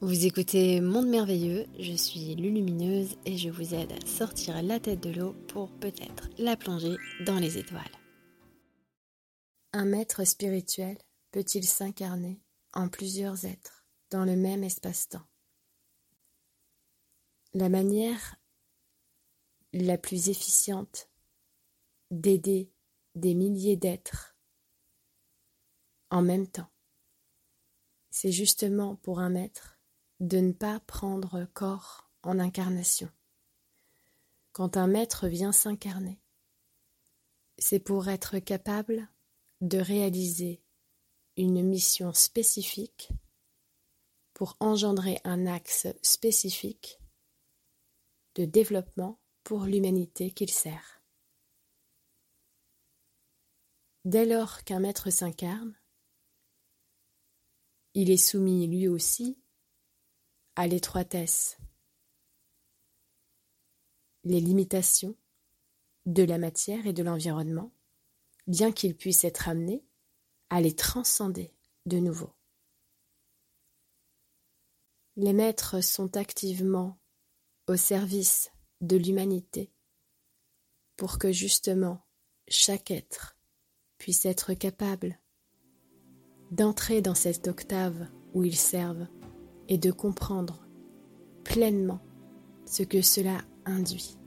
Vous écoutez Monde Merveilleux, je suis Lulumineuse et je vous aide à sortir la tête de l'eau pour peut-être la plonger dans les étoiles. Un maître spirituel peut-il s'incarner en plusieurs êtres dans le même espace-temps? La manière la plus efficiente d'aider des milliers d'êtres en même temps, c'est justement pour un maître de ne pas prendre corps en incarnation. Quand un maître vient s'incarner, c'est pour être capable de réaliser une mission spécifique, pour engendrer un axe spécifique de développement pour l'humanité qu'il sert. Dès lors qu'un maître s'incarne, il est soumis lui aussi à l'étroitesse, les limitations de la matière et de l'environnement, bien qu'il puisse être amené à les transcender de nouveau. Les maîtres sont activement au service de l'humanité pour que justement chaque être puisse être capable d'entrer dans cette octave où ils servent et de comprendre pleinement ce que cela induit.